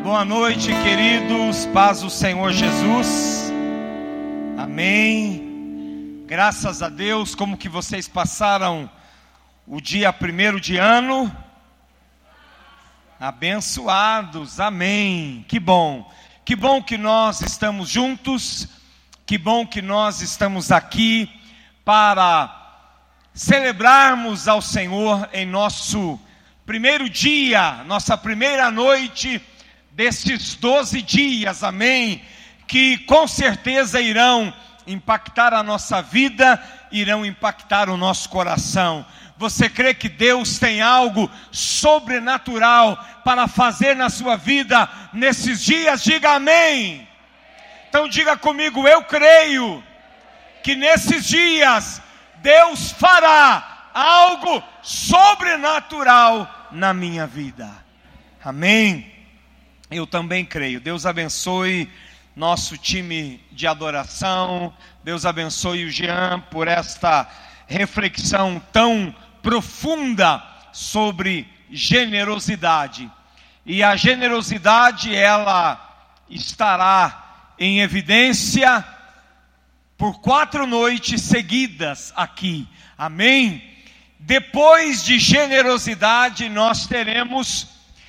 Boa noite, queridos, paz do Senhor Jesus, amém. Graças a Deus. Como que vocês passaram o dia 1º de ano? Abençoados, amém. Que bom que nós estamos juntos, que bom que nós estamos aqui para celebrarmos ao Senhor em nosso primeiro dia, nossa primeira noite destes 12 dias, amém, que com certeza irão impactar a nossa vida, irão impactar o nosso coração. Você crê que Deus tem algo sobrenatural para fazer na sua vida nesses dias? Diga amém. Então diga comigo: eu creio que nesses dias Deus fará algo sobrenatural na minha vida. Amém. Eu também creio. Deus abençoe nosso time de adoração. Deus abençoe o Jean por esta reflexão tão profunda sobre generosidade. E a generosidade, ela estará em evidência por 4 noites seguidas aqui. Amém? Depois de generosidade, nós teremos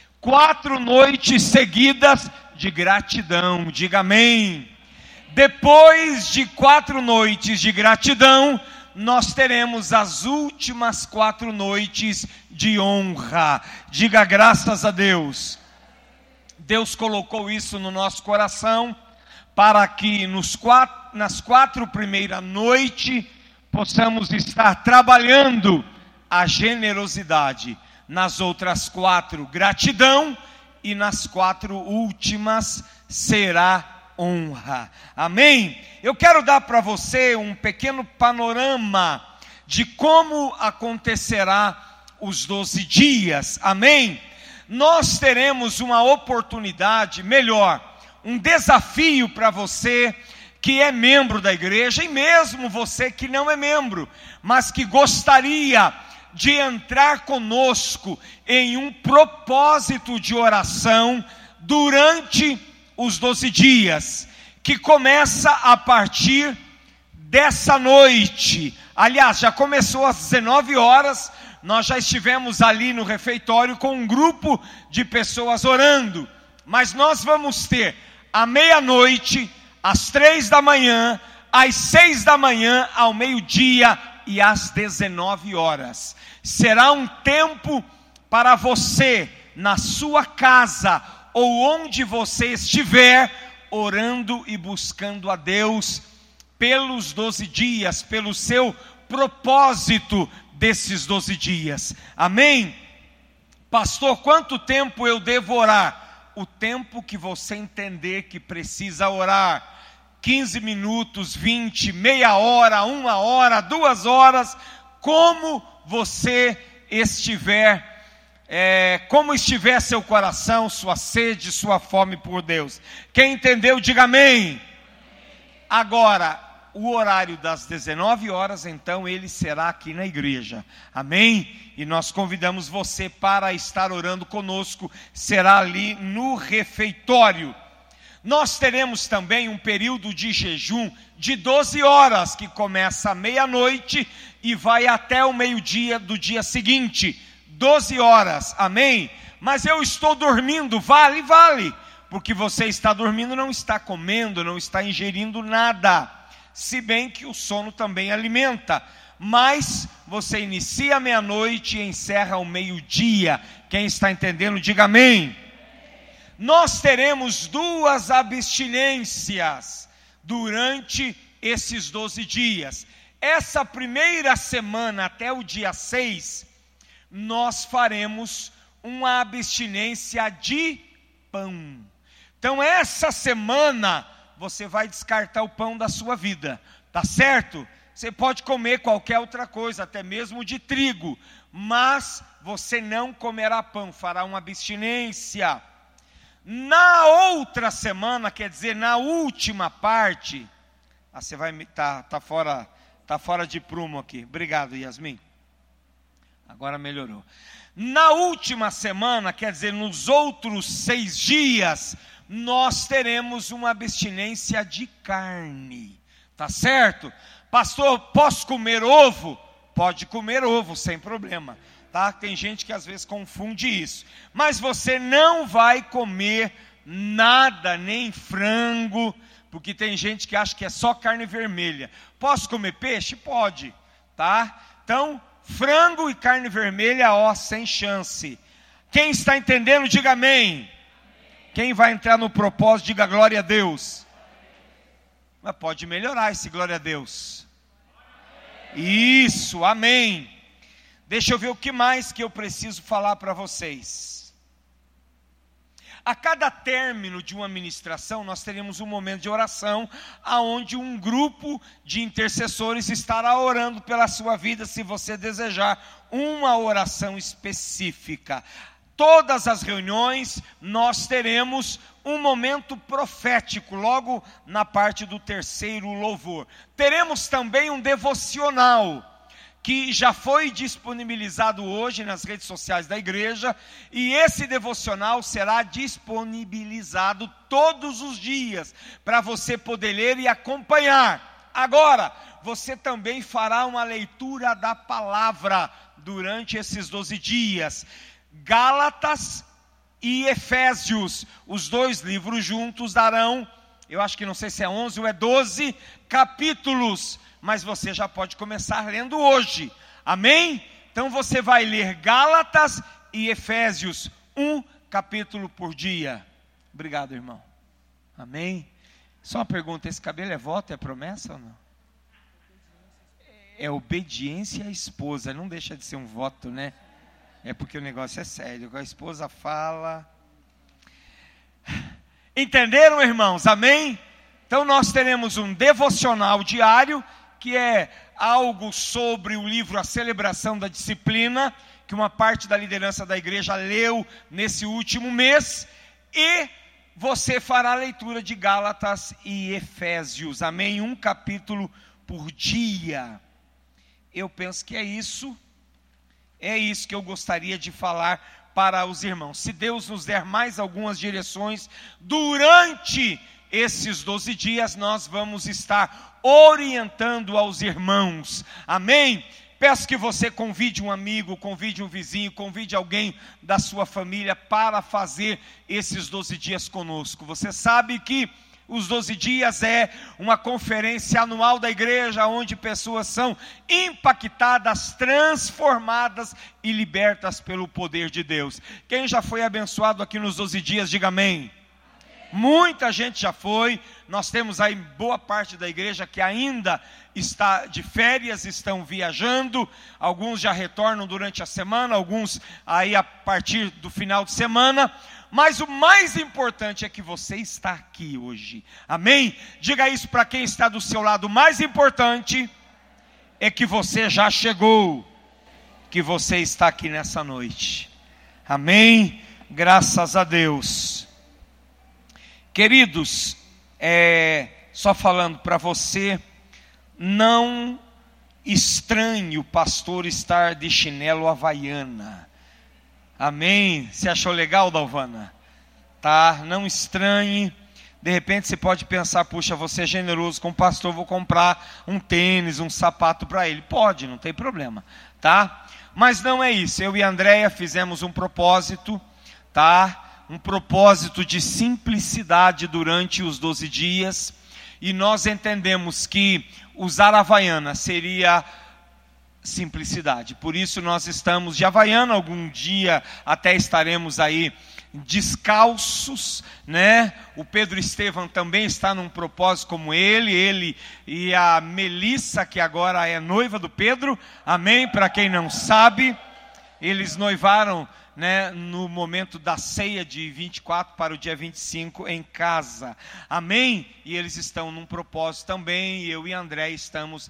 4 noites seguidas de gratidão. Diga amém. Depois de 4 noites de gratidão, nós teremos as últimas 4 noites de honra. Diga graças a Deus. Deus colocou isso no nosso coração para que nas 4 primeiras noites possamos estar trabalhando a generosidade. Nas outras 4, gratidão, e nas 4 últimas será honra. Amém? Eu quero dar para você um pequeno panorama de como acontecerá os 12 dias. Amém? Nós teremos uma oportunidade, melhor, um desafio para você que é membro da igreja, e mesmo você que não é membro, mas que gostaria de entrar conosco em um propósito de oração durante os 12 dias, que começa a partir dessa noite. Aliás, já começou às 19 horas, nós já estivemos ali no refeitório com um grupo de pessoas orando, mas nós vamos ter à meia-noite, às 3 da manhã, às 6 da manhã, ao meio-dia e às 19 horas. Será um tempo para você, na sua casa, ou onde você estiver, orando e buscando a Deus pelos 12 dias, pelo seu propósito desses 12 dias. Amém? Pastor, quanto tempo eu devo orar? O tempo que você entender que precisa orar. 15 minutos, 20, meia hora, 1 hora, 2 horas, como você estiver, como estiver seu coração, sua sede, sua fome por Deus. Quem entendeu, diga amém. Agora, o horário das 19 horas, então, ele será aqui na igreja. Amém? E nós convidamos você para estar orando conosco, será ali no refeitório. Nós teremos também um período de jejum de 12 horas, que começa à meia-noite e vai até o meio-dia do dia seguinte. 12 horas, amém? Mas eu estou dormindo, vale, porque você está dormindo, não está comendo, não está ingerindo nada, se bem que o sono também alimenta, mas você inicia à meia-noite e encerra ao meio-dia. Quem está entendendo, diga amém. Nós teremos 2 abstinências durante esses 12 dias. Essa primeira semana, até o dia 6, nós faremos uma abstinência de pão. Então essa semana, você vai descartar o pão da sua vida, tá certo? Você pode comer qualquer outra coisa, até mesmo de trigo, mas você não comerá pão, fará uma abstinência. Na outra semana, quer dizer, na última parte, você vai tá fora de prumo aqui. Obrigado, Yasmin. Agora melhorou. Na última semana, quer dizer, nos outros 6 dias, nós teremos uma abstinência de carne, tá certo? Pastor, posso comer ovo? Pode comer ovo, sem problema, tá? Tem gente que às vezes confunde isso, mas você não vai comer nada, nem frango, porque tem gente que acha que é só carne vermelha. Posso comer peixe? Pode, tá? Então, frango e carne vermelha, ó, sem chance. Quem está entendendo, diga amém. Quem vai entrar no propósito, diga glória a Deus. Mas pode melhorar esse glória a Deus. Isso, amém. Deixa eu ver o que mais que eu preciso falar para vocês. A cada término de uma ministração, nós teremos um momento de oração, aonde um grupo de intercessores estará orando pela sua vida, se você desejar uma oração específica. Todas as reuniões, nós teremos um momento profético, logo na parte do terceiro louvor. Teremos também um devocional, que já foi disponibilizado hoje nas redes sociais da igreja, e esse devocional será disponibilizado todos os dias, para você poder ler e acompanhar. Agora, você também fará uma leitura da palavra durante esses 12 dias. Gálatas e Efésios, os 2 livros juntos darão, eu acho que não sei se é 11 ou é 12 capítulos, mas você já pode começar lendo hoje, amém? Então você vai ler Gálatas e Efésios, 1 capítulo por dia. Obrigado, irmão. Amém? Só uma pergunta, esse cabelo é voto, é promessa ou não? É obediência à esposa, não deixa de ser um voto, né? É porque o negócio é sério, a esposa fala. Entenderam, irmãos? Amém? Então nós teremos um devocional diário, que é algo sobre o livro A Celebração da Disciplina, que uma parte da liderança da igreja leu nesse último mês, e você fará a leitura de Gálatas e Efésios, amém? 1 capítulo por dia. Eu penso que é isso que eu gostaria de falar para os irmãos. Se Deus nos der mais algumas direções, durante esses 12 dias, nós vamos estar orientando aos irmãos, amém? Peço que você convide um amigo, convide um vizinho, convide alguém da sua família para fazer esses 12 dias conosco. Você sabe que os 12 dias é uma conferência anual da igreja, onde pessoas são impactadas, transformadas e libertas pelo poder de Deus. Quem já foi abençoado aqui nos 12 dias, diga amém. Muita gente já foi. Nós temos aí boa parte da igreja que ainda está de férias, estão viajando, alguns já retornam durante a semana, alguns aí a partir do final de semana, mas o mais importante é que você está aqui hoje, amém? Diga isso para quem está do seu lado. O mais importante é que você já chegou, que você está aqui nessa noite, amém? Graças a Deus. Queridos, só falando para você, não estranhe o pastor estar de chinelo havaiana, amém? Você achou legal, Dalvana? Tá, não estranhe. De repente você pode pensar, puxa, você é generoso com o pastor, vou comprar um tênis, um sapato para ele. Pode, não tem problema, tá? Mas não é isso. Eu e a Andréia fizemos um propósito, tá? Um propósito de simplicidade durante os 12 dias, e nós entendemos que usar a havaiana seria simplicidade. Por isso nós estamos de havaiana. Algum dia até estaremos aí descalços, né? O Pedro Estevam também está num propósito como ele e a Melissa, que agora é noiva do Pedro, amém? Para quem não sabe, eles noivaram, né, no momento da ceia de 24 para o dia 25 em casa, amém? E eles estão num propósito também, e eu e André estamos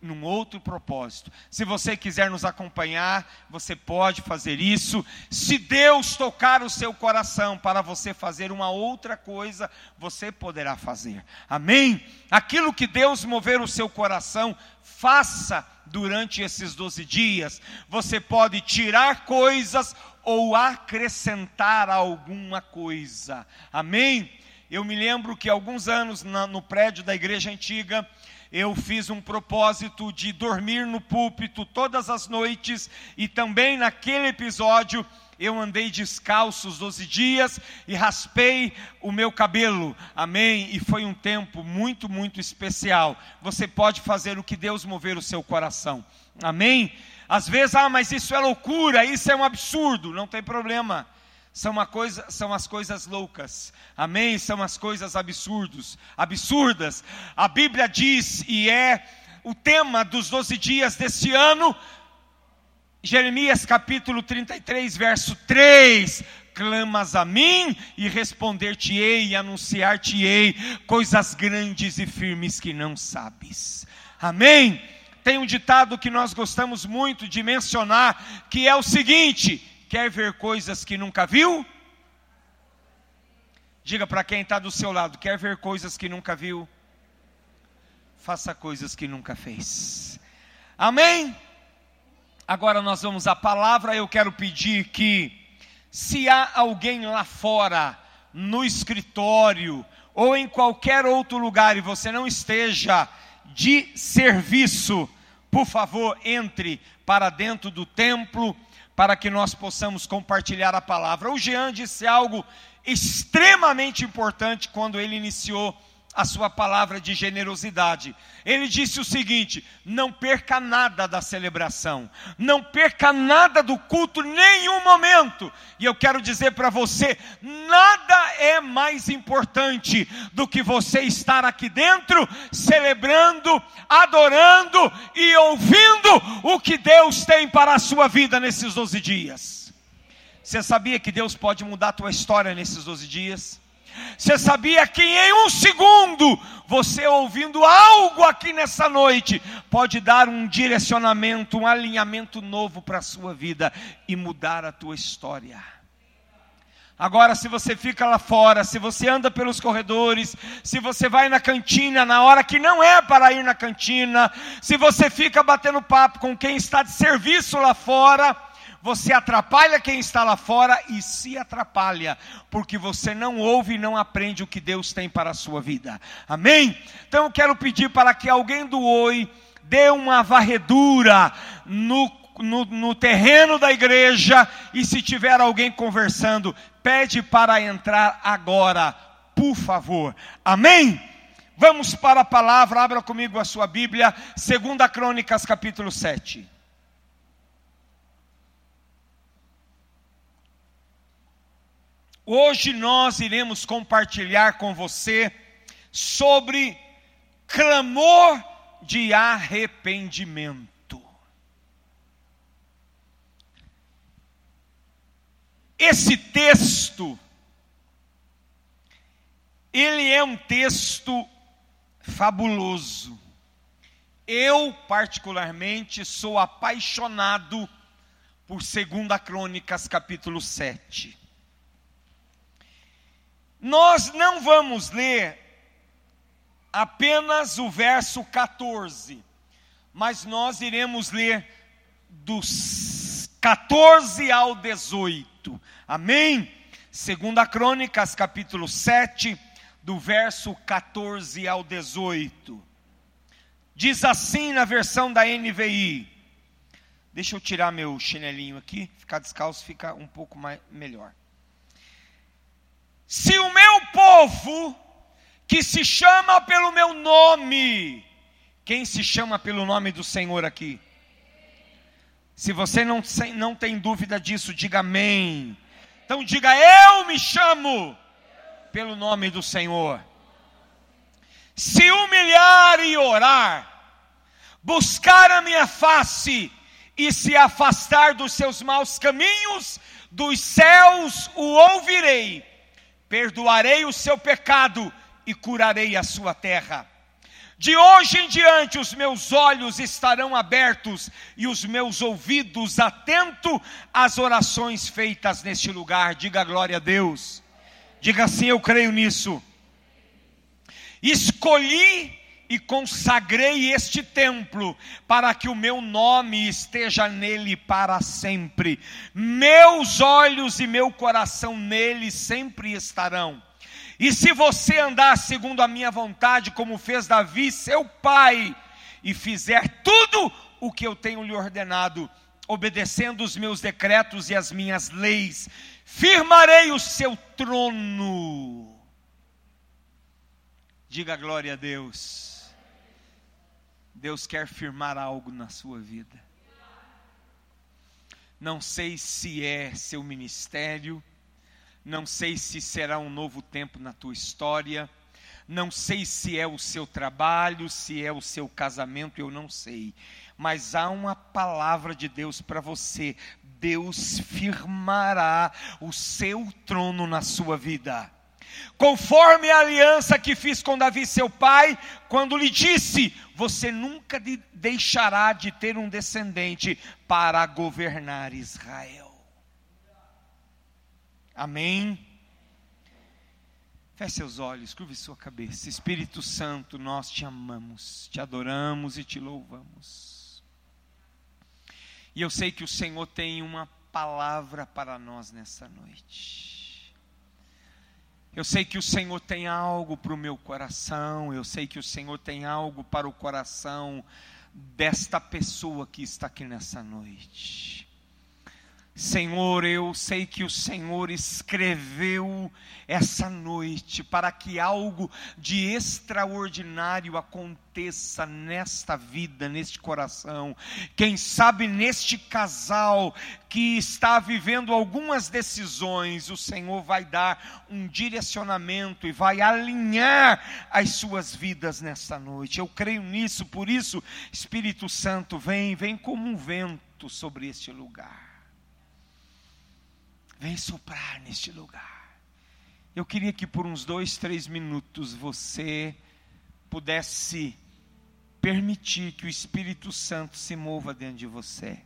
num outro propósito. Se você quiser nos acompanhar, você pode fazer isso. Se Deus tocar o seu coração para você fazer uma outra coisa, você poderá fazer. Amém? Aquilo que Deus mover o seu coração, faça durante esses 12 dias. Você pode tirar coisas ou acrescentar alguma coisa. Amém? Eu me lembro que alguns anos no prédio da igreja antiga, eu fiz um propósito de dormir no púlpito todas as noites, e também naquele episódio eu andei descalço os 12 dias e raspei o meu cabelo, amém? E foi um tempo muito, muito especial. Você pode fazer o que Deus mover o seu coração, amém? Às vezes, mas isso é loucura, isso é um absurdo. Não tem problema. São as coisas loucas, amém? São as coisas absurdas. A Bíblia diz, e é o tema dos 12 dias desse ano, Jeremias capítulo 33, verso 3, clamas a mim e responder-te-ei e anunciar-te-ei coisas grandes e firmes que não sabes, amém? Tem um ditado que nós gostamos muito de mencionar, que é o seguinte: quer ver coisas que nunca viu? Diga para quem está do seu lado: quer ver coisas que nunca viu? Faça coisas que nunca fez. Amém? Agora nós vamos à palavra. Eu quero pedir que, se há alguém lá fora, no escritório, ou em qualquer outro lugar, e você não esteja de serviço, por favor, entre para dentro do templo, para que nós possamos compartilhar a palavra. O Jean disse algo extremamente importante quando ele iniciou a sua palavra de generosidade. Ele disse o seguinte: não perca nada da celebração, não perca nada do culto, nenhum momento. E eu quero dizer para você, nada é mais importante do que você estar aqui dentro, celebrando, adorando e ouvindo o que Deus tem para a sua vida nesses 12 dias. Você sabia que Deus pode mudar a tua história nesses 12 dias? Você sabia que em um segundo, você ouvindo algo aqui nessa noite, pode dar um direcionamento, um alinhamento novo para a sua vida e mudar a tua história? Agora, se você fica lá fora, se você anda pelos corredores, se você vai na cantina na hora que não é para ir na cantina, se você fica batendo papo com quem está de serviço lá fora, você atrapalha quem está lá fora e se atrapalha, porque você não ouve e não aprende o que Deus tem para a sua vida, amém? Então eu quero pedir para que alguém do Oi dê uma varredura no terreno da igreja, e se tiver alguém conversando, pede para entrar agora, por favor, amém? Vamos para a palavra. Abra comigo a sua Bíblia, 2 Crônicas capítulo 7. Hoje nós iremos compartilhar com você sobre clamor de arrependimento. Esse texto, ele é um texto fabuloso. Eu, particularmente, sou apaixonado por 2 Crônicas capítulo 7. Nós não vamos ler apenas o verso 14, mas nós iremos ler dos 14 ao 18, amém? 2 Crônicas capítulo 7, do verso 14 ao 18, diz assim na versão da NVI. Deixa eu tirar meu chinelinho aqui, ficar descalço fica um pouco melhor. Se o meu povo, que se chama pelo meu nome, quem se chama pelo nome do Senhor aqui? Se você não tem dúvida disso, diga amém. Então diga: eu me chamo pelo nome do Senhor. Se humilhar e orar, buscar a minha face e se afastar dos seus maus caminhos, dos céus o ouvirei, perdoarei o seu pecado e curarei a sua terra. De hoje em diante os meus olhos estarão abertos e os meus ouvidos atentos às orações feitas neste lugar. Diga glória a Deus. Diga assim: eu creio nisso. Escolhi e consagrei este templo para que o meu nome esteja nele para sempre. Meus olhos e meu coração nele sempre estarão. E se você andar segundo a minha vontade, como fez Davi, seu pai, e fizer tudo o que eu tenho lhe ordenado, obedecendo os meus decretos e as minhas leis, firmarei o seu trono. Diga glória a Deus. Deus quer firmar algo na sua vida. Não sei se é seu ministério, não sei se será um novo tempo na tua história, não sei se é o seu trabalho, se é o seu casamento, eu não sei. Mas há uma palavra de Deus para você: Deus firmará o seu trono na sua vida. Conforme a aliança que fiz com Davi seu pai, quando lhe disse: você nunca deixará de ter um descendente para governar Israel. Amém? Feche seus olhos, curve sua cabeça. Espírito Santo, nós te amamos, te adoramos e te louvamos. E eu sei que o Senhor tem uma palavra para nós nessa noite. Eu sei que o Senhor tem algo para o meu coração. Eu sei que o Senhor tem algo para o coração desta pessoa que está aqui nessa noite. Senhor, eu sei que o Senhor escreveu essa noite para que algo de extraordinário aconteça nesta vida, neste coração. Quem sabe neste casal que está vivendo algumas decisões, o Senhor vai dar um direcionamento e vai alinhar as suas vidas nesta noite. Eu creio nisso, por isso, Espírito Santo, vem como um vento sobre este lugar. Vem soprar neste lugar. Eu queria que por uns 2, 3 minutos você pudesse permitir que o Espírito Santo se mova dentro de você.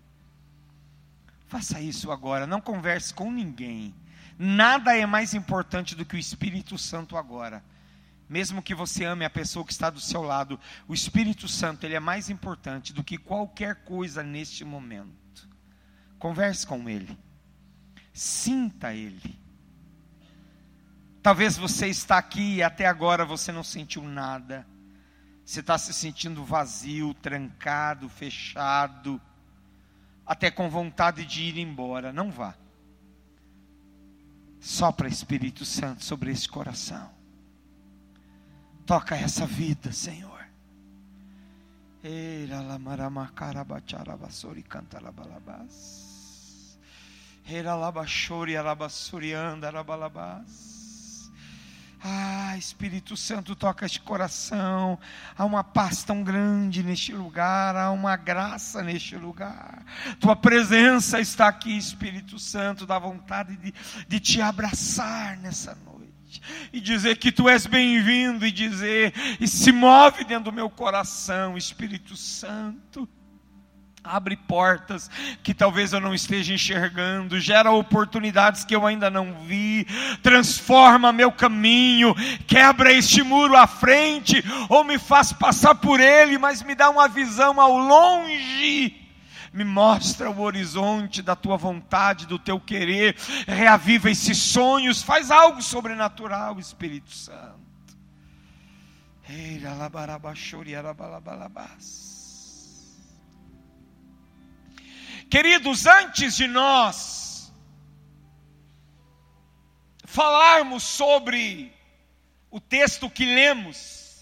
Faça isso agora, não converse com ninguém. Nada é mais importante do que o Espírito Santo agora. Mesmo que você ame a pessoa que está do seu lado, o Espírito Santo, ele é mais importante do que qualquer coisa neste momento. Converse com ele. Sinta ele. Talvez você está aqui e até agora você não sentiu nada. Você está se sentindo vazio, trancado, fechado, até com vontade de ir embora. Não vá. Sopra Espírito Santo sobre esse coração. Toca essa vida, Senhor. Espírito Santo, toca este coração. Há uma paz tão grande neste lugar, há uma graça neste lugar. Tua presença está aqui, Espírito Santo. Dá vontade de te abraçar nessa noite e dizer que tu és bem-vindo, e se move dentro do meu coração, Espírito Santo. Abre portas que talvez eu não esteja enxergando, gera oportunidades que eu ainda não vi, transforma meu caminho, quebra este muro à frente, ou me faz passar por ele, mas me dá uma visão ao longe, me mostra o horizonte da tua vontade, do teu querer, reaviva esses sonhos, faz algo sobrenatural, Espírito Santo. Queridos, antes de nós falarmos sobre o texto que lemos,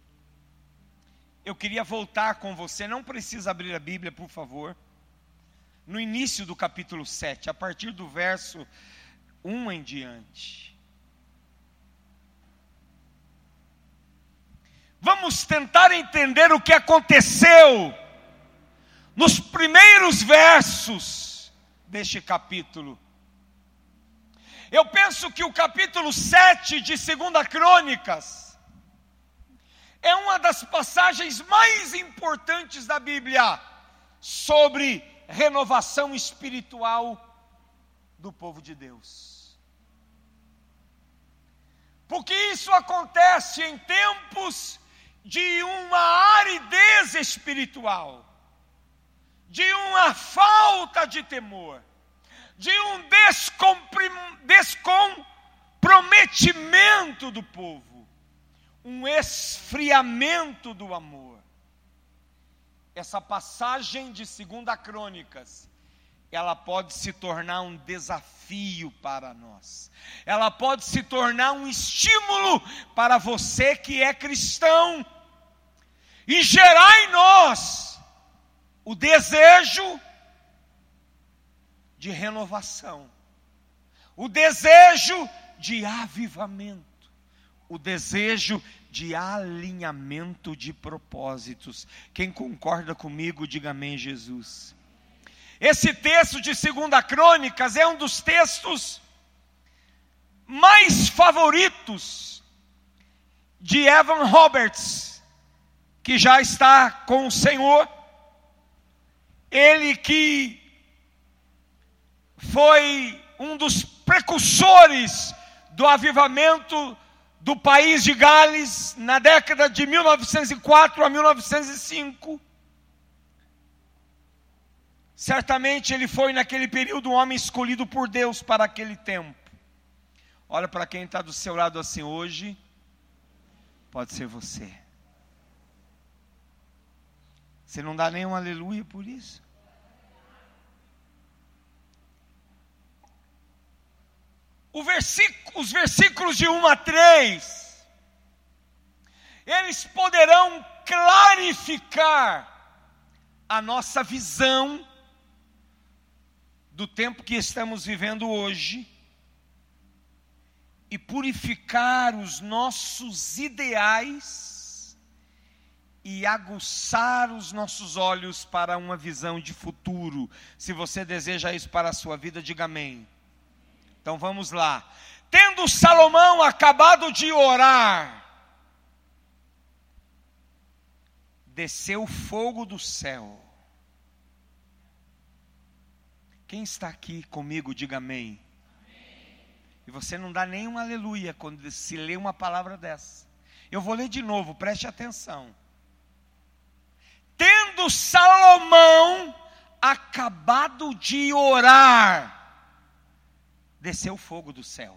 eu queria voltar com você, não precisa abrir a Bíblia, por favor, no início do capítulo 7, a partir do verso 1 em diante. Vamos tentar entender o que aconteceu nos primeiros versos deste capítulo. Eu penso que o capítulo 7 de 2 Crônicas é uma das passagens mais importantes da Bíblia sobre renovação espiritual do povo de Deus. Porque isso acontece em tempos de uma aridez espiritual, de uma falta de temor, de um descomprometimento do povo, um esfriamento do amor. Essa passagem de 2 Crônicas, ela pode se tornar um desafio para nós. Ela pode se tornar um estímulo para você que é cristão. E gerar em nós o desejo de renovação. O desejo de avivamento. O desejo de alinhamento de propósitos. Quem concorda comigo, diga amém, Jesus. Esse texto de 2 Crônicas é um dos textos mais favoritos de Evan Roberts, que já está com o Senhor. Ele que foi um dos precursores do avivamento do país de Gales, na década de 1904 a 1905. Certamente ele foi naquele período um homem escolhido por Deus para aquele tempo. Olha para quem está do seu lado assim: hoje pode ser você. Você não dá nem um aleluia por isso? Os versículos de 1 a 3, eles poderão clarificar a nossa visão do tempo que estamos vivendo hoje e purificar os nossos ideais e aguçar os nossos olhos para uma visão de futuro. Se você deseja isso para a sua vida, diga amém. Então vamos lá. Tendo Salomão acabado de orar, desceu fogo do céu. Quem está aqui comigo, diga amém. E você não dá nem um aleluia quando se lê uma palavra dessa. Eu vou ler de novo, preste atenção. Tendo Salomão acabado de orar, desceu fogo do céu.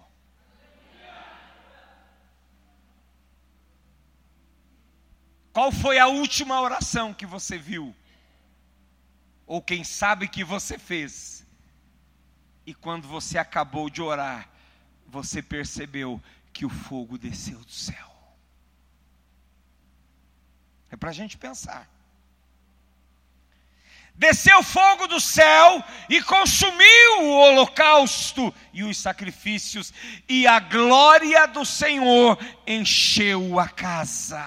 Qual foi a última oração que você viu? Ou quem sabe que você fez? E quando você acabou de orar, você percebeu que o fogo desceu do céu. É para a gente pensar. Desceu fogo do céu e consumiu o holocausto e os sacrifícios, e a glória do Senhor encheu a casa.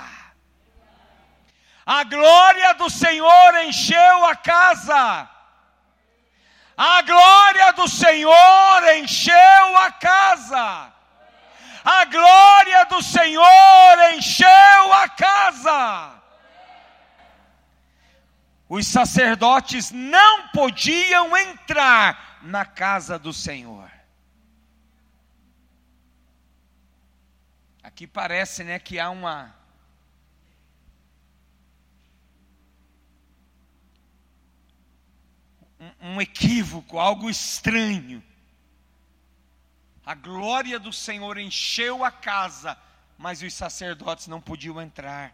A glória do Senhor encheu a casa. A glória do Senhor encheu a casa. A glória do Senhor encheu a casa. Os sacerdotes não podiam entrar na casa do Senhor. Aqui parece, né, que há um equívoco, algo estranho. A glória do Senhor encheu a casa, mas os sacerdotes não podiam entrar.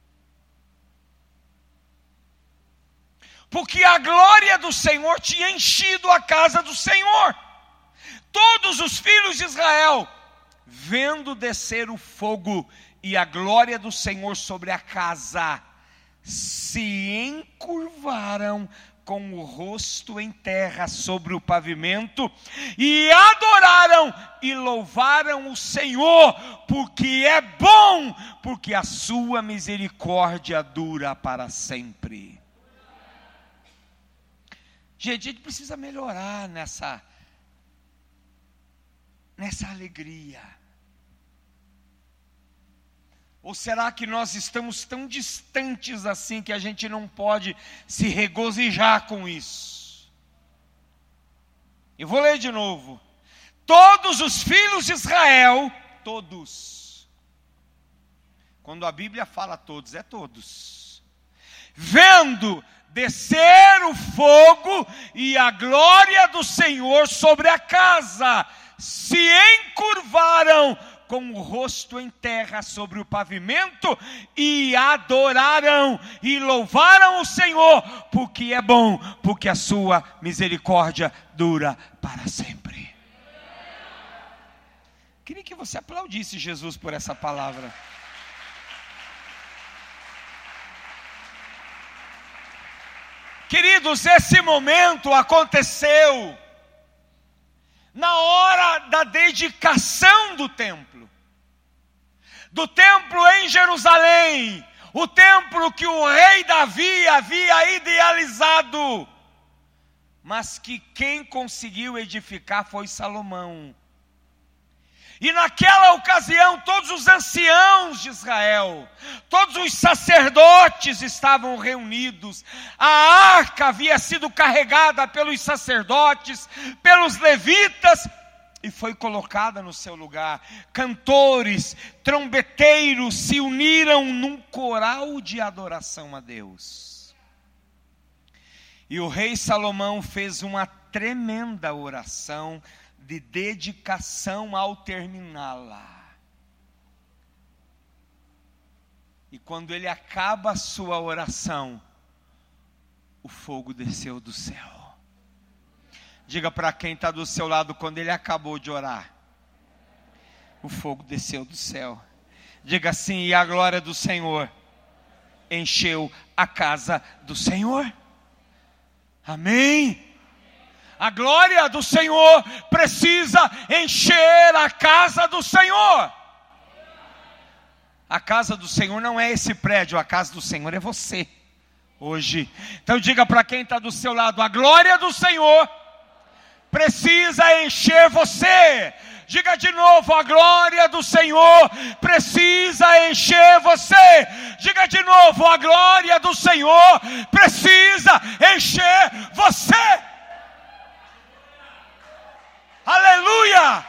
Porque a glória do Senhor tinha enchido a casa do Senhor. Todos os filhos de Israel, vendo descer o fogo e a glória do Senhor sobre a casa, se encurvaram com o rosto em terra sobre o pavimento, e adoraram e louvaram o Senhor, porque é bom, porque a sua misericórdia dura para sempre. Gente, a gente precisa melhorar nessa alegria. Ou será que nós estamos tão distantes assim que a gente não pode se regozijar com isso? Eu vou ler de novo. Todos os filhos de Israel, todos. Quando a Bíblia fala todos, é todos. Vendo descer o fogo e a glória do Senhor sobre a casa, se encurvaram com o rosto em terra sobre o pavimento e adoraram e louvaram o Senhor, porque é bom, porque a sua misericórdia dura para sempre. Queria que você aplaudisse Jesus por essa palavra. Queridos, esse momento aconteceu na hora da dedicação do templo em Jerusalém, o templo que o rei Davi havia idealizado, mas que quem conseguiu edificar foi Salomão. E naquela ocasião, todos os anciãos de Israel, todos os sacerdotes estavam reunidos. A arca havia sido carregada pelos sacerdotes, pelos levitas, e foi colocada no seu lugar. Cantores, trombeteiros se uniram num coral de adoração a Deus. E o rei Salomão fez uma tremenda oração de dedicação ao terminá-la. E quando ele acaba a sua oração, o fogo desceu do céu. Diga para quem está do seu lado, quando ele acabou de orar, o fogo desceu do céu. Diga assim: e a glória do Senhor encheu a casa do Senhor. Amém? A glória do Senhor precisa encher a casa do Senhor. A casa do Senhor não é esse prédio, a casa do Senhor é você, hoje. Então diga para quem está do seu lado: a glória do Senhor precisa encher você. Diga de novo: a glória do Senhor precisa encher você. Diga de novo: a glória do Senhor precisa encher você. Aleluia!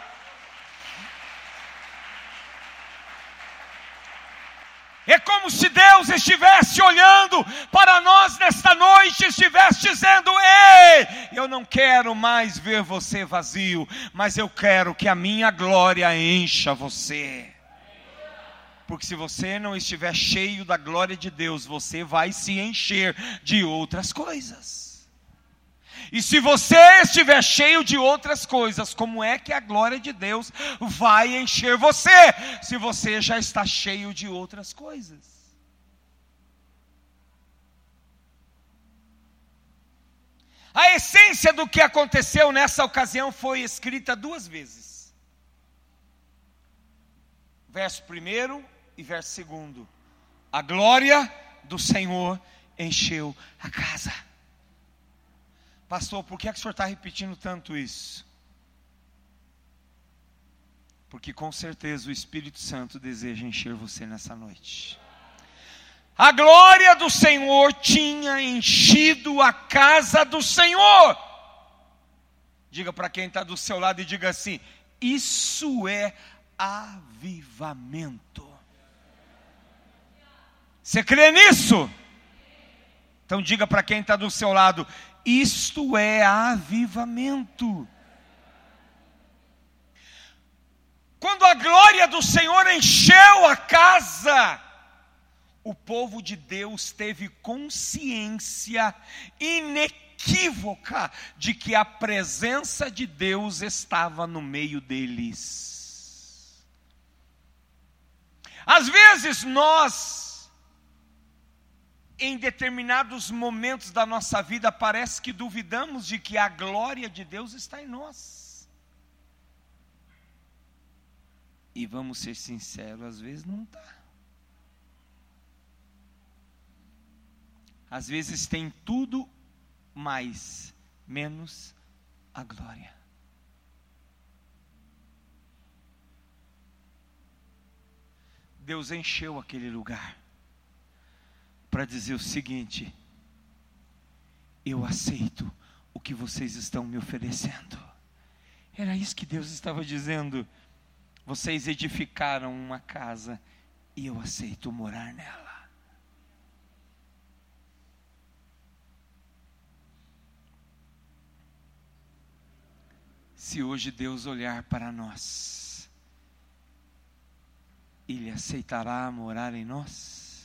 É como se Deus estivesse olhando para nós nesta noite, estivesse dizendo: ei, eu não quero mais ver você vazio, mas eu quero que a minha glória encha você. Porque se você não estiver cheio da glória de Deus, você vai se encher de outras coisas. E se você estiver cheio de outras coisas, como é que a glória de Deus vai encher você, se você já está cheio de outras coisas? A essência do que aconteceu nessa ocasião foi escrita duas vezes. Verso 1 e verso 2. A glória do Senhor encheu a casa. Pastor, por que o senhor está repetindo tanto isso? Porque com certeza o Espírito Santo deseja encher você nessa noite. A glória do Senhor tinha enchido a casa do Senhor. Diga para quem está do seu lado e diga assim: isso é avivamento. Você crê nisso? Então diga para quem está do seu lado: isto é avivamento. Quando a glória do Senhor encheu a casa, o povo de Deus teve consciência inequívoca de que a presença de Deus estava no meio deles. Às vezes nós, em determinados momentos da nossa vida, parece que duvidamos de que a glória de Deus está em nós. E vamos ser sinceros, às vezes não está. Às vezes tem tudo, mas menos a glória. Deus encheu aquele lugar para dizer o seguinte: eu aceito o que vocês estão me oferecendo. Era isso que Deus estava dizendo. Vocês edificaram uma casa e eu aceito morar nela. Se hoje Deus olhar para nós, Ele aceitará morar em nós?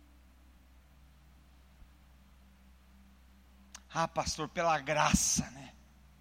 Ah, pastor, pela graça, né?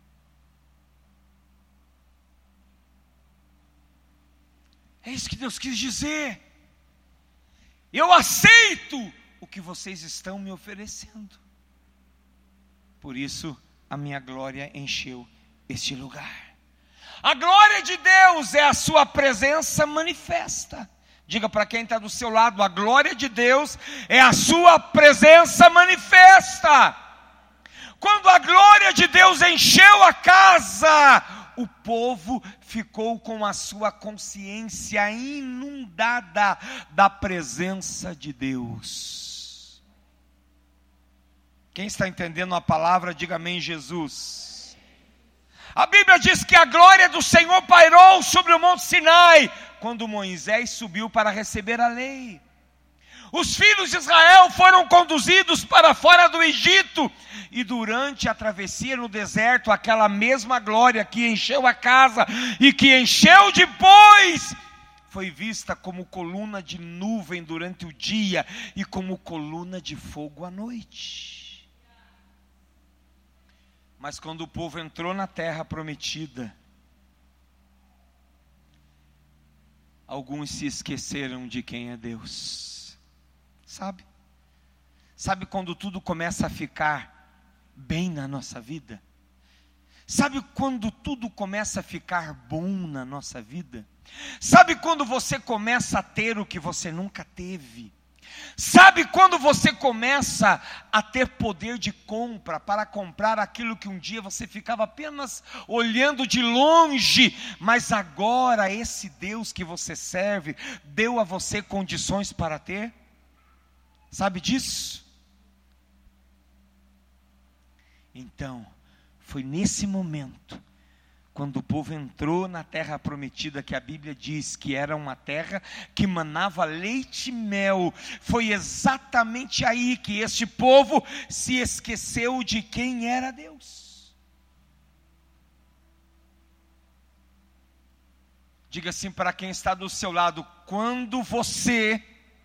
É isso que Deus quis dizer. Eu aceito o que vocês estão me oferecendo. Por isso, a minha glória encheu este lugar. A glória de Deus é a sua presença manifesta. Diga para quem está do seu lado: a glória de Deus é a sua presença manifesta. Quando a glória de Deus encheu a casa, o povo ficou com a sua consciência inundada da presença de Deus. Quem está entendendo a palavra, diga amém, Jesus. A Bíblia diz que a glória do Senhor pairou sobre o Monte Sinai, quando Moisés subiu para receber a lei. Os filhos de Israel foram conduzidos para fora do Egito, e durante a travessia no deserto, aquela mesma glória que encheu a casa e que encheu depois, foi vista como coluna de nuvem durante o dia e como coluna de fogo à noite. Mas quando o povo entrou na terra prometida, alguns se esqueceram de quem é Deus. Sabe? Sabe quando tudo começa a ficar bem na nossa vida? Sabe quando tudo começa a ficar bom na nossa vida? Sabe quando você começa a ter o que você nunca teve? Sabe quando você começa a ter poder de compra para comprar aquilo que um dia você ficava apenas olhando de longe, mas agora esse Deus que você serve deu a você condições para ter? Sabe disso? Então, foi nesse momento, quando o povo entrou na terra prometida, que a Bíblia diz que era uma terra que manava leite e mel, foi exatamente aí que este povo se esqueceu de quem era Deus. Diga assim para quem está do seu lado: quando você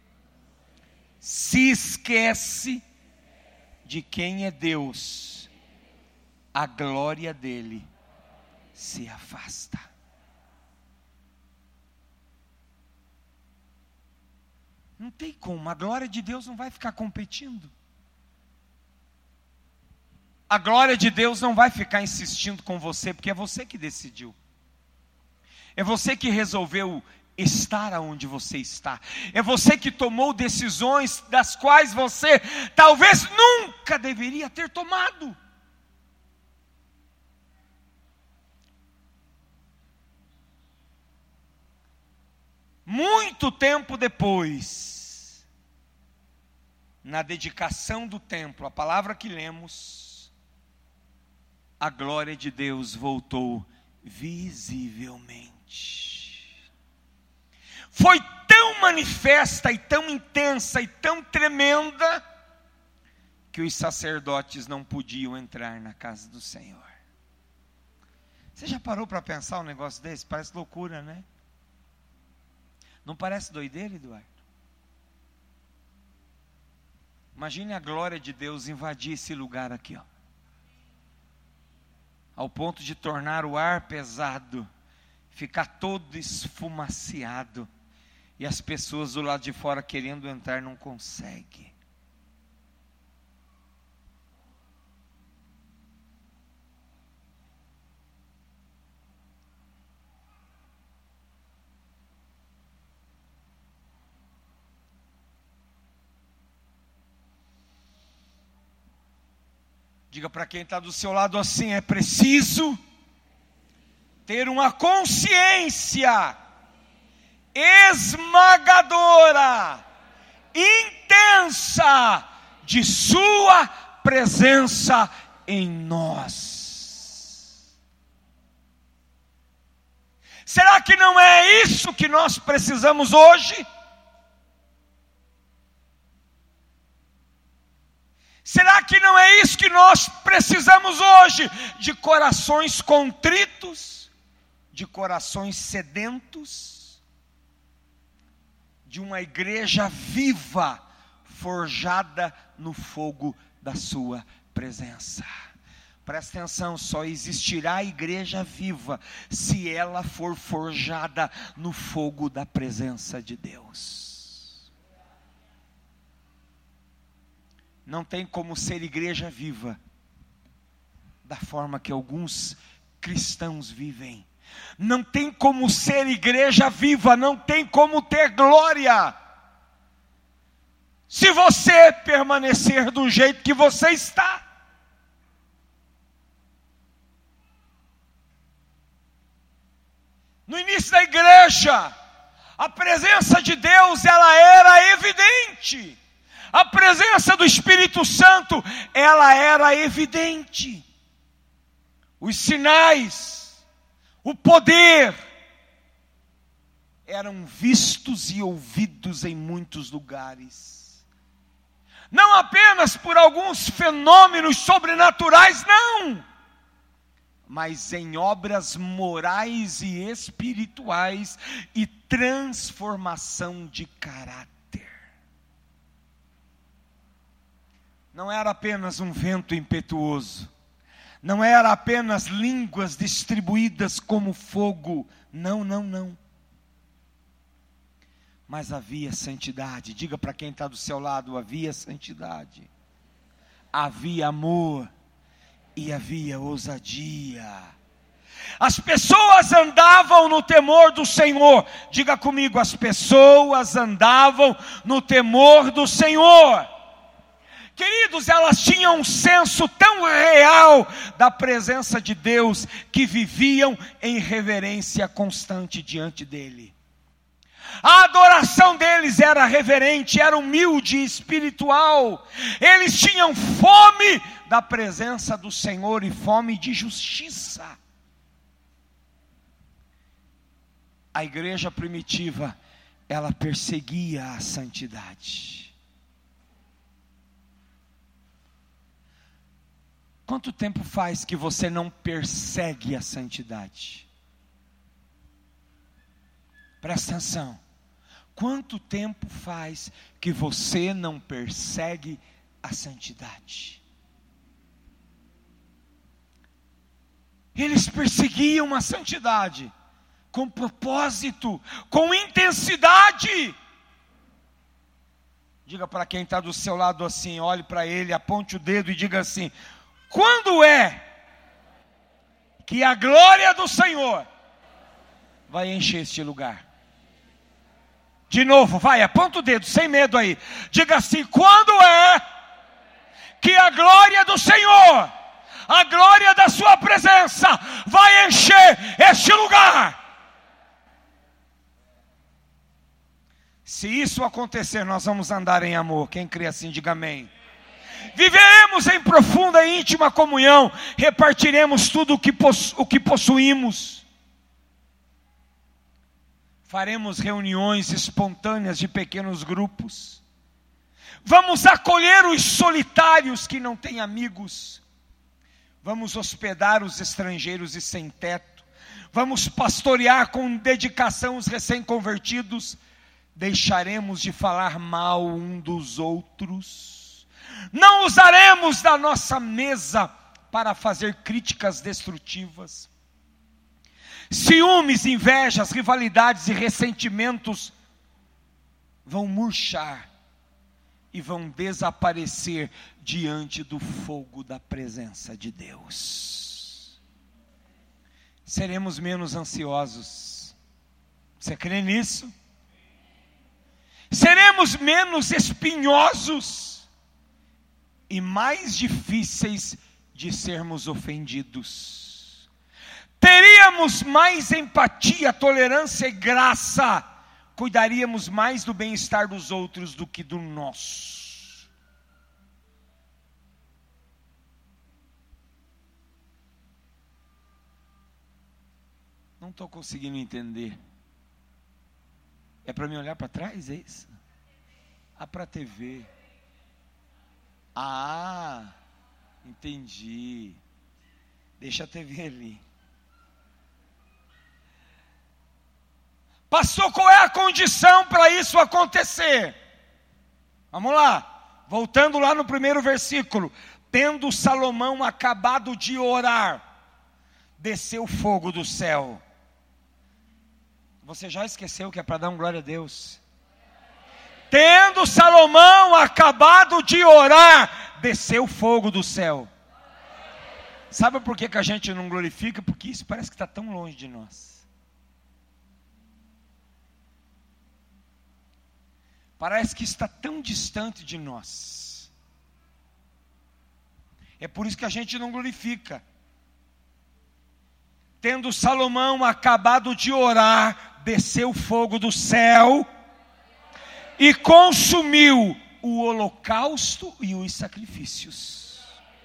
se esquece de quem é Deus, a glória dele se afasta. Não tem como, a glória de Deus não vai ficar competindo. A glória de Deus não vai ficar insistindo com você, porque é você que decidiu. É você que resolveu estar aonde você está. É você que tomou decisões das quais você talvez nunca deveria ter tomado. Muito tempo depois, na dedicação do templo, a palavra que lemos, a glória de Deus voltou visivelmente. Foi tão manifesta e tão intensa e tão tremenda, que os sacerdotes não podiam entrar na casa do Senhor. Você já parou para pensar um negócio desse? Parece loucura, né? Não parece doideira, Eduardo? Imagine a glória de Deus invadir esse lugar aqui, ó, ao ponto de tornar o ar pesado, ficar todo esfumaciado, e as pessoas do lado de fora querendo entrar não conseguem. Diga para quem está do seu lado assim: é preciso ter uma consciência esmagadora, intensa de sua presença em nós. Será que não é isso que nós precisamos hoje? Será que não é isso que nós precisamos hoje? De corações contritos, de corações sedentos, de uma igreja viva, forjada no fogo da sua presença. Presta atenção, só existirá a igreja viva se ela for forjada no fogo da presença de Deus. Não tem como ser igreja viva da forma que alguns cristãos vivem. Não tem como ser igreja viva, não tem como ter glória, se você permanecer do jeito que você está. No início da igreja, a presença de Deus, ela era evidente. A presença do Espírito Santo, ela era evidente. Os sinais, o poder, eram vistos e ouvidos em muitos lugares. Não apenas por alguns fenômenos sobrenaturais, não. Mas em obras morais e espirituais e transformação de caráter. Não era apenas um vento impetuoso, não era apenas línguas distribuídas como fogo, não. Mas havia santidade. Diga para quem está do seu lado: havia santidade, havia amor e havia ousadia. As pessoas andavam no temor do Senhor. Diga comigo: as pessoas andavam no temor do Senhor. Queridos, elas tinham um senso tão real da presença de Deus, que viviam em reverência constante diante dele. A adoração deles era reverente, era humilde e espiritual. Eles tinham fome da presença do Senhor e fome de justiça. A igreja primitiva, ela perseguia a santidade. Quanto tempo faz que você não persegue a santidade? Presta atenção. Quanto tempo faz que você não persegue a santidade? Eles perseguiam a santidade com propósito, com intensidade. Diga para quem está do seu lado assim, olhe para ele, aponte o dedo e diga assim: quando é que a glória do Senhor vai encher este lugar? De novo, vai, aponta o dedo, sem medo aí. Diga assim: quando é que a glória do Senhor, a glória da sua presença vai encher este lugar? Se isso acontecer, nós vamos andar em amor. Quem crê assim, diga amém. Viveremos em profunda e íntima comunhão, repartiremos tudo o que possuímos. Faremos reuniões espontâneas de pequenos grupos. Vamos acolher os solitários que não têm amigos. Vamos hospedar os estrangeiros e sem teto. Vamos pastorear com dedicação os recém-convertidos. Deixaremos de falar mal um dos outros. Não usaremos da nossa mesa para fazer críticas destrutivas. Ciúmes, invejas, rivalidades e ressentimentos vão murchar e vão desaparecer diante do fogo da presença de Deus. Seremos menos ansiosos. Você crê nisso? Seremos menos espinhosos e mais difíceis de sermos ofendidos. Teríamos mais empatia, tolerância e graça cuidaríamos mais do bem-estar dos outros do que do nosso. Não estou conseguindo entender. É para mim olhar para trás, é isso? Ah, para a TV. Ah, entendi. Deixa a TV ali. Pastor, qual é a condição para isso acontecer? Vamos lá. Voltando lá no primeiro versículo. Tendo Salomão acabado de orar, desceu fogo do céu. Você já esqueceu que é para dar um glória a Deus? Tendo Salomão acabado de orar, desceu fogo do céu. Sabe por que a gente não glorifica? Porque isso parece que está tão longe de nós. Parece que está tão distante de nós. É por isso que a gente não glorifica. Tendo Salomão acabado de orar, desceu fogo do céu e consumiu o holocausto e os sacrifícios.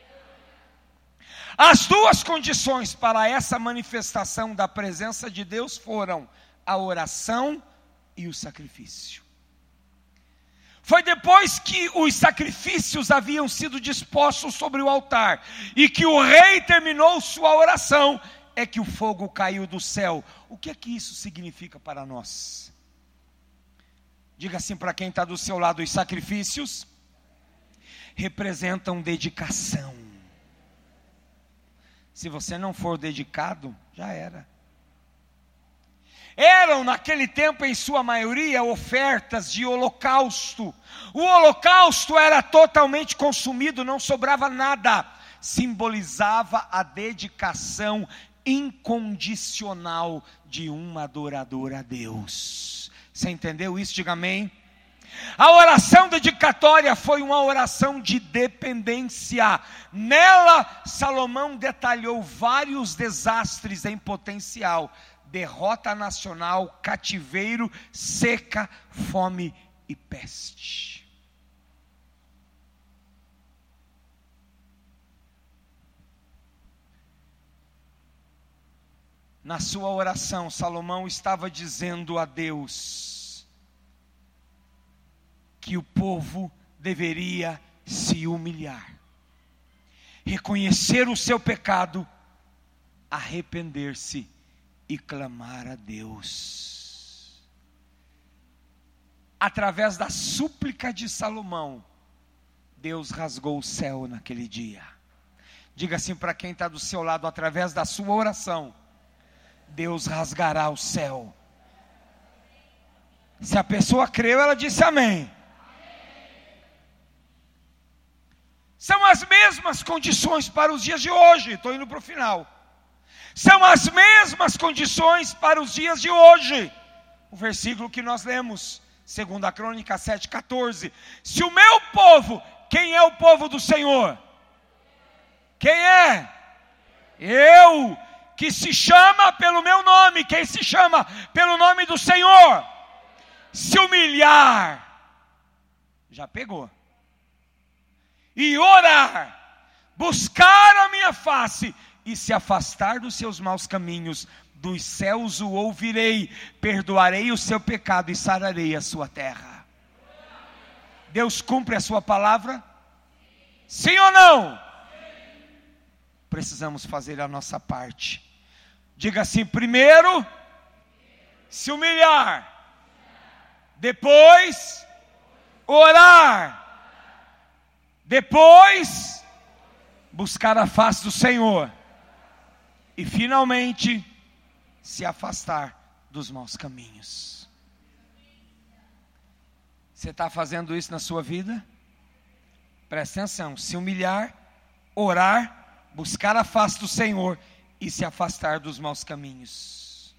As duas condições para essa manifestação da presença de Deus foram a oração e o sacrifício. Foi depois que os sacrifícios haviam sido dispostos sobre o altar e que o rei terminou sua oração, é que o fogo caiu do céu. O que é que isso significa para nós? Diga assim para quem está do seu lado: os sacrifícios representam dedicação. Se você não for dedicado, já era. Eram naquele tempo, em sua maioria, ofertas de holocausto. O holocausto era totalmente consumido, não sobrava nada. Simbolizava a dedicação incondicional de um adorador a Deus. Você entendeu isso? Diga amém. A oração dedicatória foi uma oração de dependência. Nela, Salomão detalhou vários desastres em potencial: derrota nacional, cativeiro, seca, fome e peste. Na sua oração, Salomão estava dizendo a Deus que o povo deveria se humilhar, reconhecer o seu pecado, arrepender-se e clamar a Deus. Através da súplica de Salomão, Deus rasgou o céu naquele dia. Diga assim para quem está do seu lado: através da sua oração, Deus rasgará o céu. Se a pessoa creu, ela disse amém. São as mesmas condições para os dias de hoje. Estou indo para o final. São as mesmas condições para os dias de hoje. O versículo que nós lemos, 2 Crônica 7,14. Se o meu povo, quem é o povo do Senhor? Quem é? Eu, que se chama pelo meu nome. Quem se chama pelo nome do Senhor? Se humilhar, já pegou. E orar, buscar a minha face e se afastar dos seus maus caminhos, dos céus o ouvirei, perdoarei o seu pecado e sararei a sua terra. Deus cumpre a sua palavra? Sim ou não? Precisamos fazer a nossa parte. Diga assim: primeiro, se humilhar. Depois, orar. Depois, buscar a face do Senhor. E finalmente, se afastar dos maus caminhos. Você está fazendo isso na sua vida? Presta atenção: se humilhar, orar, buscar a face do Senhor e se afastar dos maus caminhos.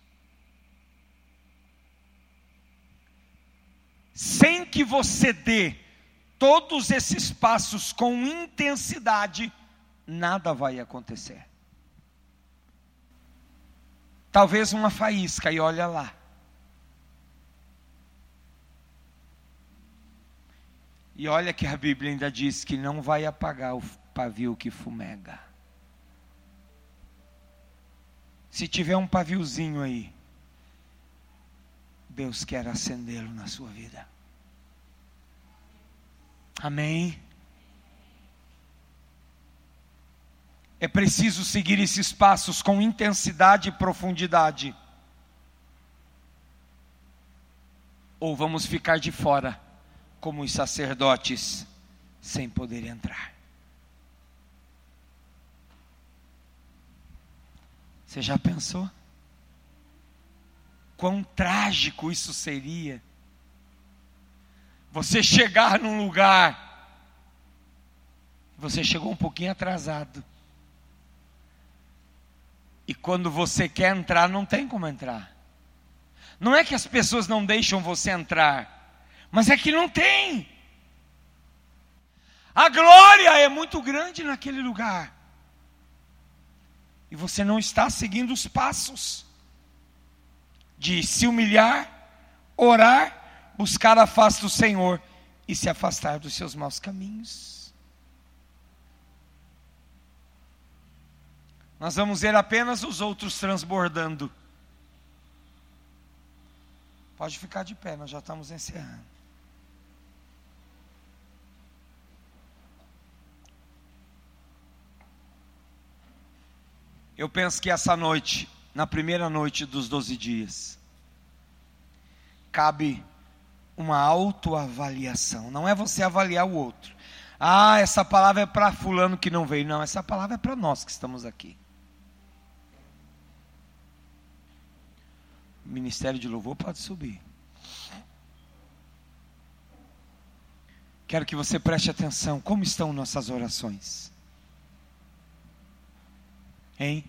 Sem que você dê todos esses passos com intensidade, nada vai acontecer. Talvez uma faísca e olha lá. E olha que a Bíblia ainda diz que não vai apagar o pavio que fumega. Se tiver um paviozinho aí, Deus quer acendê-lo na sua vida. Amém? É preciso seguir esses passos com intensidade e profundidade. Ou vamos ficar de fora, como os sacerdotes, sem poder entrar. Você já pensou? Quão trágico isso seria? Você chegar num lugar, você chegou um pouquinho atrasado. E quando você quer entrar, não tem como entrar. Não é que as pessoas não deixam você entrar, mas é que não tem. A glória é muito grande naquele lugar. E você não está seguindo os passos de se humilhar, orar, buscar a face do Senhor e se afastar dos seus maus caminhos. Nós vamos ver apenas os outros transbordando. Pode ficar de pé, nós já estamos encerrando. Eu penso que essa noite, na primeira noite dos 12 dias, cabe uma autoavaliação. Não é você avaliar o outro. Ah, essa palavra é para fulano que não veio. Não, essa palavra é para nós que estamos aqui. O ministério de louvor pode subir. Quero que você preste atenção. Como estão nossas orações? Hein?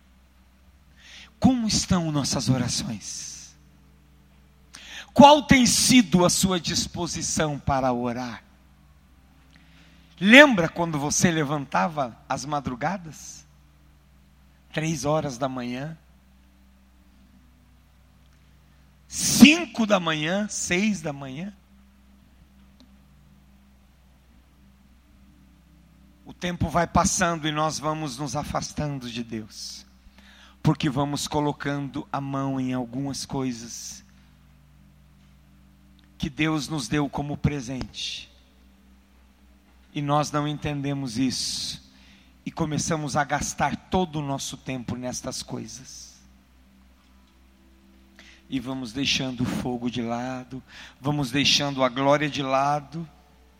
Como estão nossas orações? Qual tem sido a sua disposição para orar? Lembra quando você levantava às madrugadas? 3 horas da manhã? 5 da manhã? 6 da manhã? O tempo vai passando e nós vamos nos afastando de Deus, porque vamos colocando a mão em algumas coisas que Deus nos deu como presente, e nós não entendemos isso, e começamos a gastar todo o nosso tempo nestas coisas, e vamos deixando o fogo de lado, vamos deixando a glória de lado.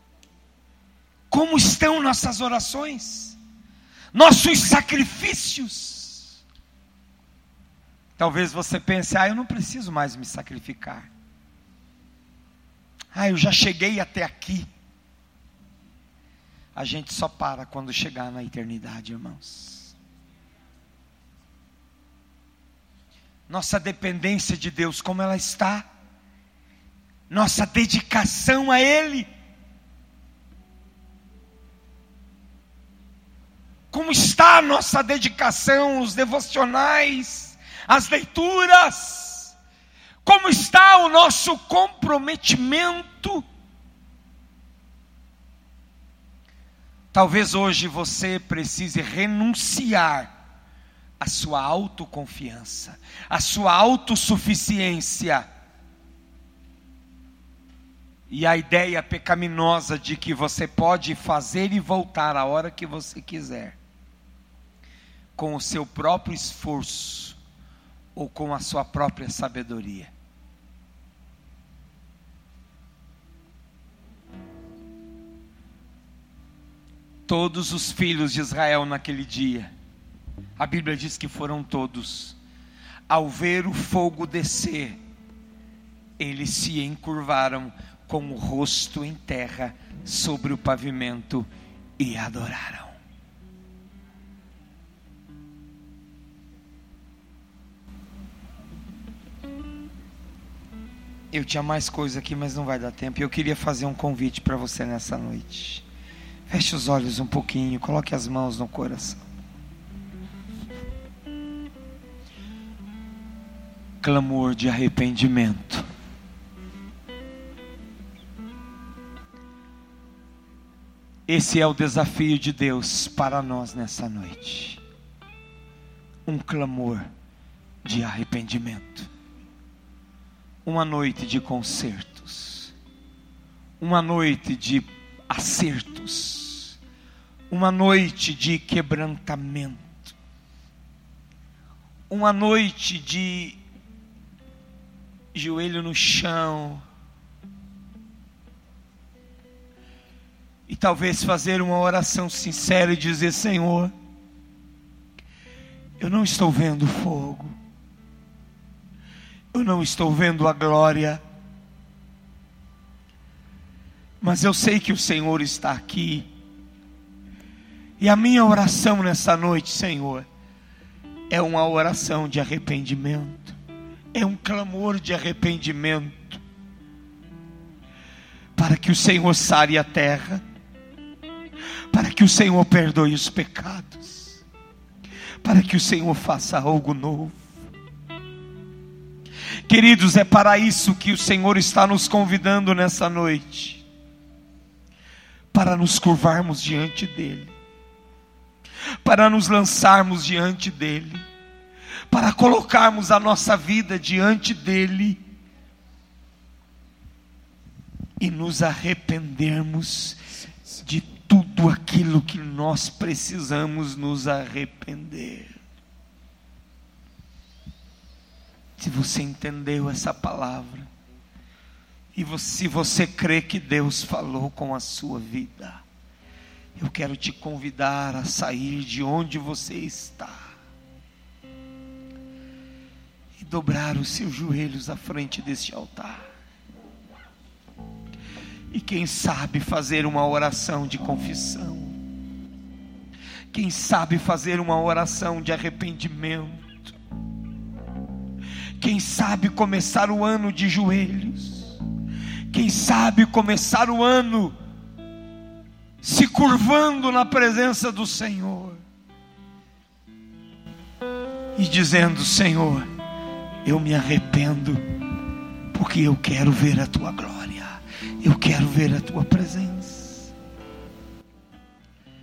Como estão nossas orações? Nossos sacrifícios? Talvez você pense, eu não preciso mais me sacrificar. Eu já cheguei até aqui. A gente só para quando chegar na eternidade, irmãos. Nossa dependência de Deus, como ela está? Nossa dedicação a Ele. Como está a nossa dedicação, os devocionais, as leituras? Como está o nosso comprometimento? Talvez hoje você precise renunciar à sua autoconfiança, à sua autossuficiência, e a ideia pecaminosa de que você pode fazer e voltar a hora que você quiser, com o seu próprio esforço, ou com a sua própria sabedoria. Todos os filhos de Israel naquele dia, a Bíblia diz que foram todos, ao ver o fogo descer, eles se encurvaram com o rosto em terra sobre o pavimento e adoraram. Eu tinha mais coisa aqui, mas não vai dar tempo. Eu queria fazer um convite para você nessa noite. Feche os olhos um pouquinho, coloque as mãos no coração. Clamor de arrependimento. Esse é o desafio de Deus para nós nessa noite. Um clamor de arrependimento. Uma noite de concertos. Uma noite de acertos. Uma noite de quebrantamento. Uma noite de joelho no chão. E talvez fazer uma oração sincera e dizer: Senhor, eu não estou vendo fogo, eu não estou vendo a glória, mas eu sei que o Senhor está aqui. E a minha oração nessa noite, Senhor, é uma oração de arrependimento, é um clamor de arrependimento, para que o Senhor sare a terra, para que o Senhor perdoe os pecados, para que o Senhor faça algo novo. Queridos, é para isso que o Senhor está nos convidando nessa noite, para nos curvarmos diante dEle, para nos lançarmos diante dEle, para colocarmos a nossa vida diante dEle e nos arrependermos de tudo aquilo que nós precisamos nos arrepender. Se você entendeu essa palavra, e se você crê que Deus falou com a sua vida, eu quero te convidar a sair de onde você está e dobrar os seus joelhos à frente deste altar. E quem sabe fazer uma oração de confissão. Quem sabe fazer uma oração de arrependimento. Quem sabe começar o ano de joelhos. Quem sabe começar o ano se curvando na presença do Senhor. E dizendo: Senhor, eu me arrependo, porque eu quero ver a Tua glória. Eu quero ver a Tua presença.